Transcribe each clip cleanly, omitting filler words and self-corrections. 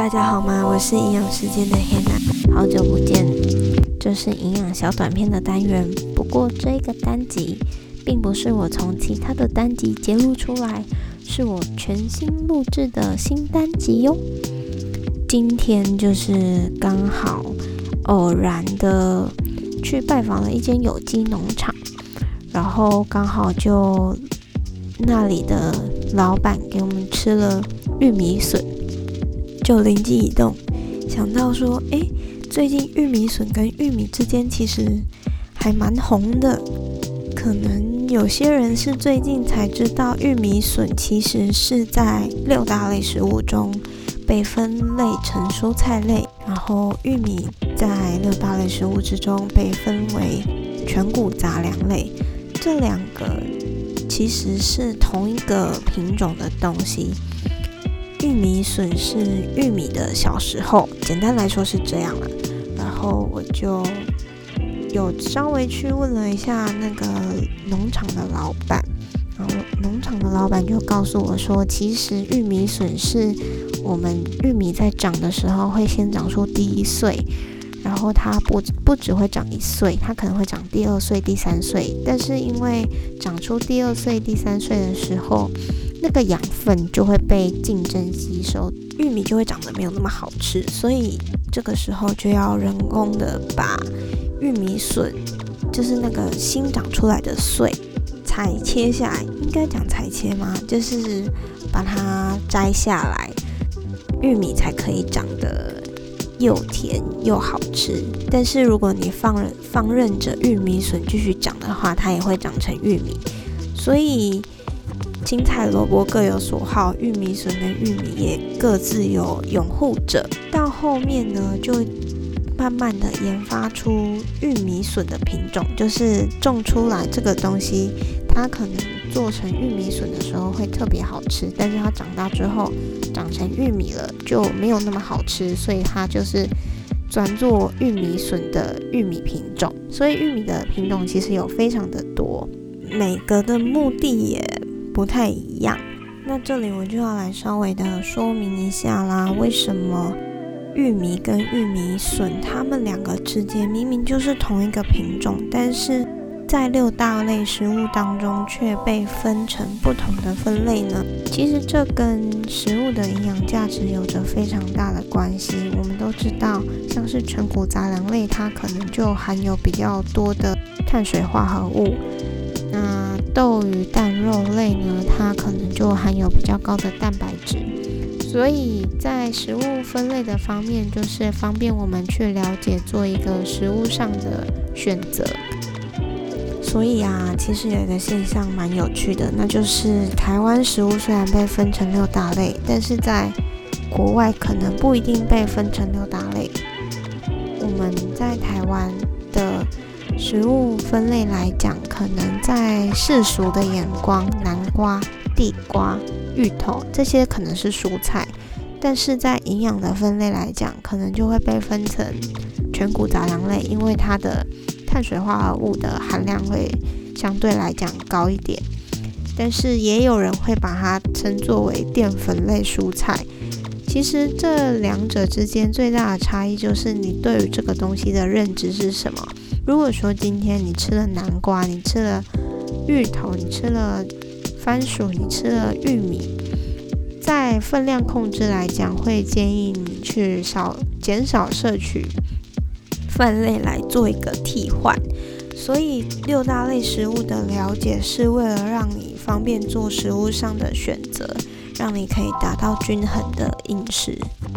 大家好吗？我是营养时间的黑娜，好久不见。这是营养小短片的单元，不过这个单集并不是我从其他的单集截录出来，是我全新录制的新单集哟。今天就是刚好偶然的去拜访了一间有机农场，然后刚好就那里的老板给我们吃了玉米笋，就灵机一动，想到说，最近玉米笋跟玉米之间其实还蛮红的，可能有些人是最近才知道玉米笋其实是在6大类食物中被分类成蔬菜类，然后玉米在6大类食物之中被分为全谷杂粮类，这两个其实是同一个品种的东西。玉米笋是玉米的小时候，简单来说是这样啦。然后我就有稍微去问了一下那个农场的老板，然后农场的老板就告诉我说，其实玉米笋是我们玉米在长的时候会先长出第1穗，然后它不只会长1穗，它可能会长第2穗、第3穗，但是因为长出第2穗、第3穗的时候，那个养分就会被竞争吸收，玉米就会长得没有那么好吃，所以这个时候就要人工的把玉米笋，就是那个新长出来的穗裁切下来，应该讲裁切吗？就是把它摘下来，玉米才可以长得又甜又好吃。但是如果你放任着玉米笋继续长的话，它也会长成玉米。所以青菜萝卜各有所好，玉米笋跟玉米也各自有拥护者。到后面呢，就慢慢的研发出玉米笋的品种，就是种出来这个东西，它可能做成玉米笋的时候会特别好吃，但是它长大之后长成玉米了就没有那么好吃，所以它就是转做玉米笋的玉米品种。所以玉米的品种其实有非常的多，每个的目的也不太一样。那这里我就要来稍微的说明一下啦，为什么玉米跟玉米笋它们两个之间明明就是同一个品种，但是在6大类食物当中却被分成不同的分类呢？其实这跟食物的营养价值有着非常大的关系。我们都知道，像是全谷杂粮类，它可能就含有比较多的碳水化合物，那豆鱼蛋肉类呢，它可能就含有比较高的蛋白质。所以在食物分类的方面，就是方便我们去了解，做一个食物上的选择。所以其实有一个现象蛮有趣的，那就是台湾食物虽然被分成6大类，但是在国外可能不一定被分成6大类。我们在台湾的食物分类来讲，可能在世俗的眼光，南瓜、地瓜、芋头这些可能是蔬菜，但是在营养的分类来讲，可能就会被分成全谷杂粮类，因为它的碳水化合物的含量会相对来讲高一点。但是也有人会把它称作为淀粉类蔬菜。其实这两者之间最大的差异就是你对于这个东西的认知是什么。如果说今天你吃了南瓜，你吃了芋头，你吃了番薯，你吃了玉米，在分量控制来讲，会建议你去减少摄取分类来做一个替换。所以6大类食物的了解是为了让你方便做食物上的选择，让你可以达到均衡的饮食。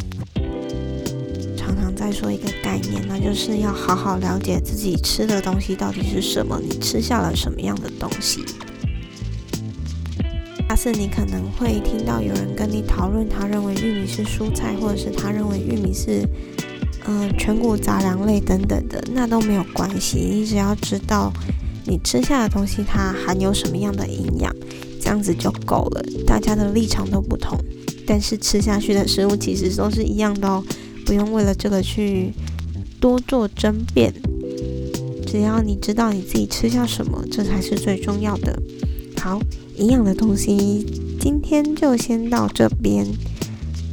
常常在说一个概念，那就是要好好了解自己吃的东西到底是什么，你吃下了什么样的东西。下次你可能会听到有人跟你讨论，他认为玉米是蔬菜，或者是他认为玉米是全谷杂粮类等等的，那都没有关系，你只要知道你吃下的东西它含有什么样的营养，这样子就够了。大家的立场都不同，但是吃下去的食物其实都是一样的哦，不用为了这个去多做争辩。只要你知道你自己吃下什么，这才是最重要的。好，营养的东西今天就先到这边。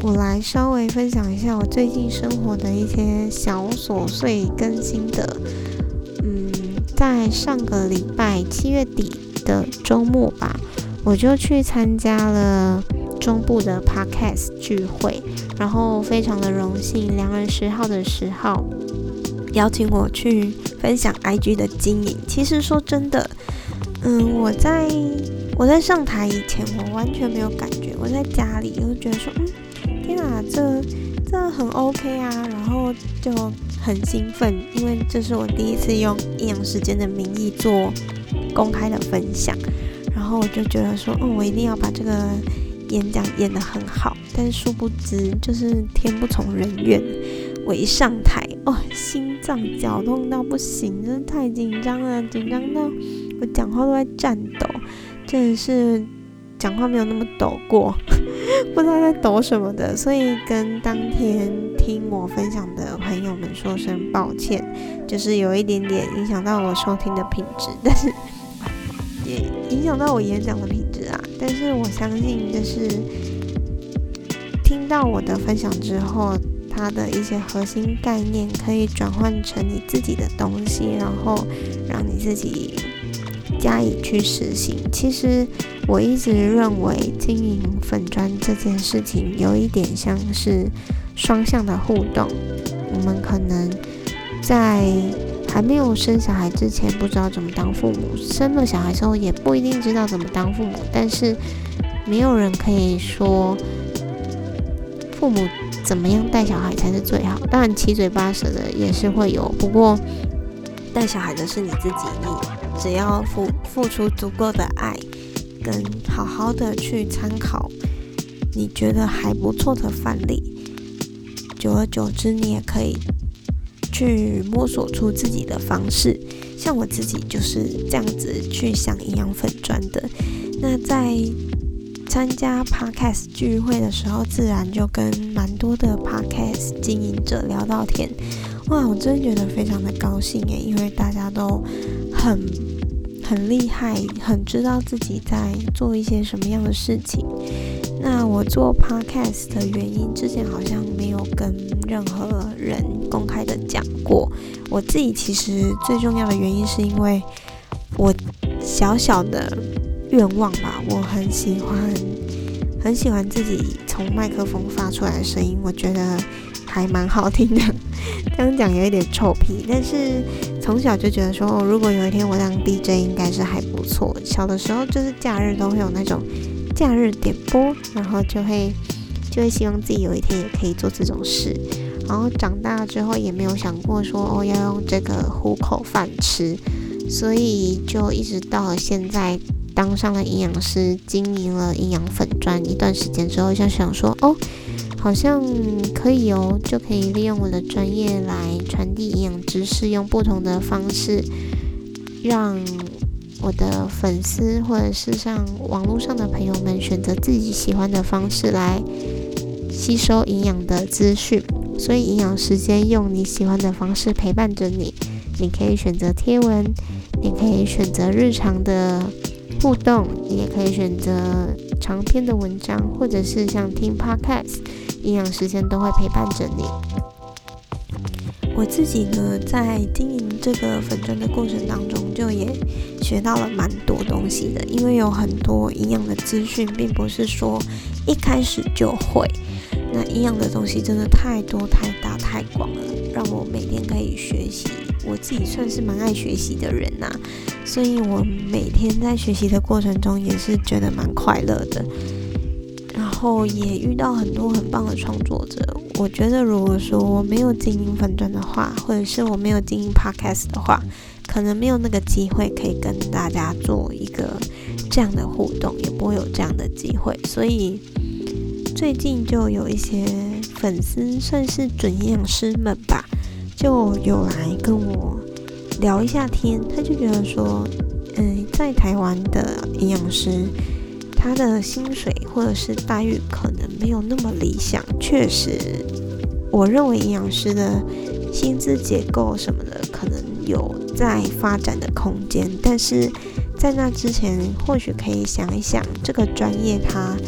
我来稍微分享一下我最近生活的一些小琐碎跟心得。在上个礼拜7月底的周末吧，我就去参加了中部的 Podcast 聚会，然后非常的荣幸，2月10号的10号邀请我去分享 IG 的经营。其实说真的，我在上台以前，我完全没有感觉。我在家里我就觉得说，天啊，这很 OK 啊，然后就很兴奋，因为这是我第一次用阴阳时间的名义做公开的分享，然后我就觉得说，我一定要把这个演讲演得很好。但是殊不知，就是天不从人愿，我一上台，心脏绞痛到不行，真的太紧张了，紧张到我讲话都在颤抖，真的是讲话没有那么抖过，不知道在抖什么的，所以跟当天听我分享的朋友们说声抱歉，就是有一点点影响到我收听的品质，但是也影响到我演讲的品质啊。但是我相信，就是听到我的分享之后，它的一些核心概念可以转换成你自己的东西，然后让你自己加以去实行。其实我一直认为经营粉专这件事情有一点像是双向的互动。我们可能在还没有生小孩之前不知道怎么当父母，生了小孩之后也不一定知道怎么当父母，但是没有人可以说父母怎么样带小孩才是最好。当然七嘴八舌的也是会有，不过带小孩的是你自己，你只要付出足够的爱，跟好好的去参考你觉得还不错的范例，久而久之你也可以去摸索出自己的方式。像我自己就是这样子去想营养粉专的。那在参加 Podcast 聚会的时候，自然就跟蛮多的 Podcast 经营者聊到天。哇，我真的觉得非常的高兴耶，因为大家都很厉害，很知道自己在做一些什么样的事情。那我做 Podcast 的原因，之前好像没有跟任何人公开的讲过。我自己其实最重要的原因是因为我小小的愿望吧，我很喜欢自己从麦克风发出来的声音，我觉得还蛮好听的。这样讲有一点臭屁，但是从小就觉得说，如果有一天我当 DJ 应该是还不错。小的时候就是假日都会有那种假日点播，然后就会希望自己有一天也可以做这种事。然后长大之后也没有想过说要用这个糊口饭吃，所以就一直到了现在当上了营养师，经营了营养粉专一段时间之后，就想说好像可以就可以利用我的专业来传递营养知识，用不同的方式让我的粉丝或者是像网络上的朋友们选择自己喜欢的方式来吸收营养的资讯。所以营养时间用你喜欢的方式陪伴着你，你可以选择贴文，你可以选择日常的互动，你也可以选择长篇的文章，或者是像听 Podcast， 营养时间都会陪伴着你。我自己呢，在经营这个粉专的过程当中，就也学到了蛮多东西的。因为有很多营养的资讯，并不是说一开始就会。那营养的东西真的太多、太大、太广了，让我每天可以学习。我自己算是蛮爱学习的人呐，所以我每天在学习的过程中也是觉得蛮快乐的。然后也遇到很多很棒的创作者。我觉得如果说我没有经营粉专的话，或者是我没有经营 Podcast 的话，可能没有那个机会可以跟大家做一个这样的互动，也不会有这样的机会。所以最近就有一些粉丝，算是准营养师们吧，就有来跟我聊一下天。他就觉得说在台湾的营养师，他的薪水或者是待遇可能没有那么理想。确实，我认为营养师的薪资结构什么的可能有在发展的空间，但是在那之前或许可以想一想，这个专业它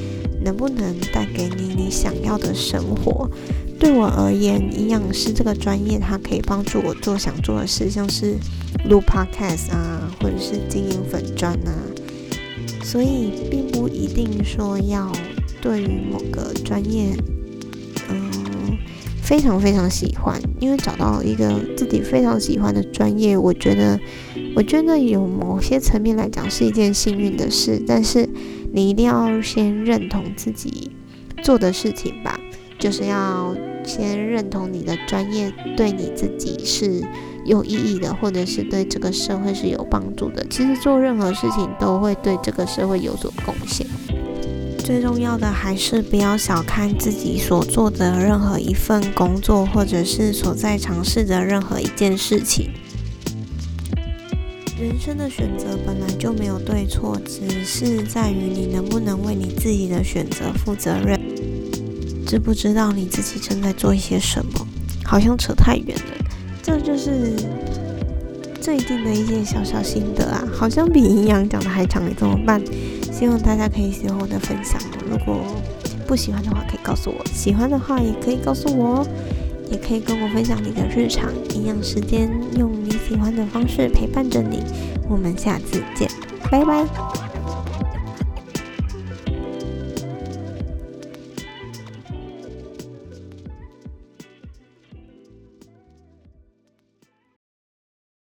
能不能带给你想要的生活。对我而言，营养师这个专业它可以帮助我做想做的事，像是录 podcast 啊，或者是经营粉专啊，所以并不一定说要对于某个专业非常非常喜欢，因为找到一个自己非常喜欢的专业，我觉得有某些层面来讲是一件幸运的事，但是你一定要先认同自己做的事情吧，就是要先认同你的专业对你自己是有意义的，或者是对这个社会是有帮助的。其实做任何事情都会对这个社会有所贡献。最重要的还是不要小看自己所做的任何一份工作，或者是所在尝试的任何一件事情。人生的选择本来就没有对错，只是在于你能不能为你自己的选择负责任。知不知道你自己正在做一些什么？好像扯太远了，这就是最近的一些小小心得啊，好像比营养讲的还长，怎么办？希望大家可以喜欢我的分享，如果不喜欢的话可以告诉我，喜欢的话也可以告诉我哦，也可以跟我分享你的日常。营养时间，用你喜欢的方式陪伴着你，我们下次见，拜拜。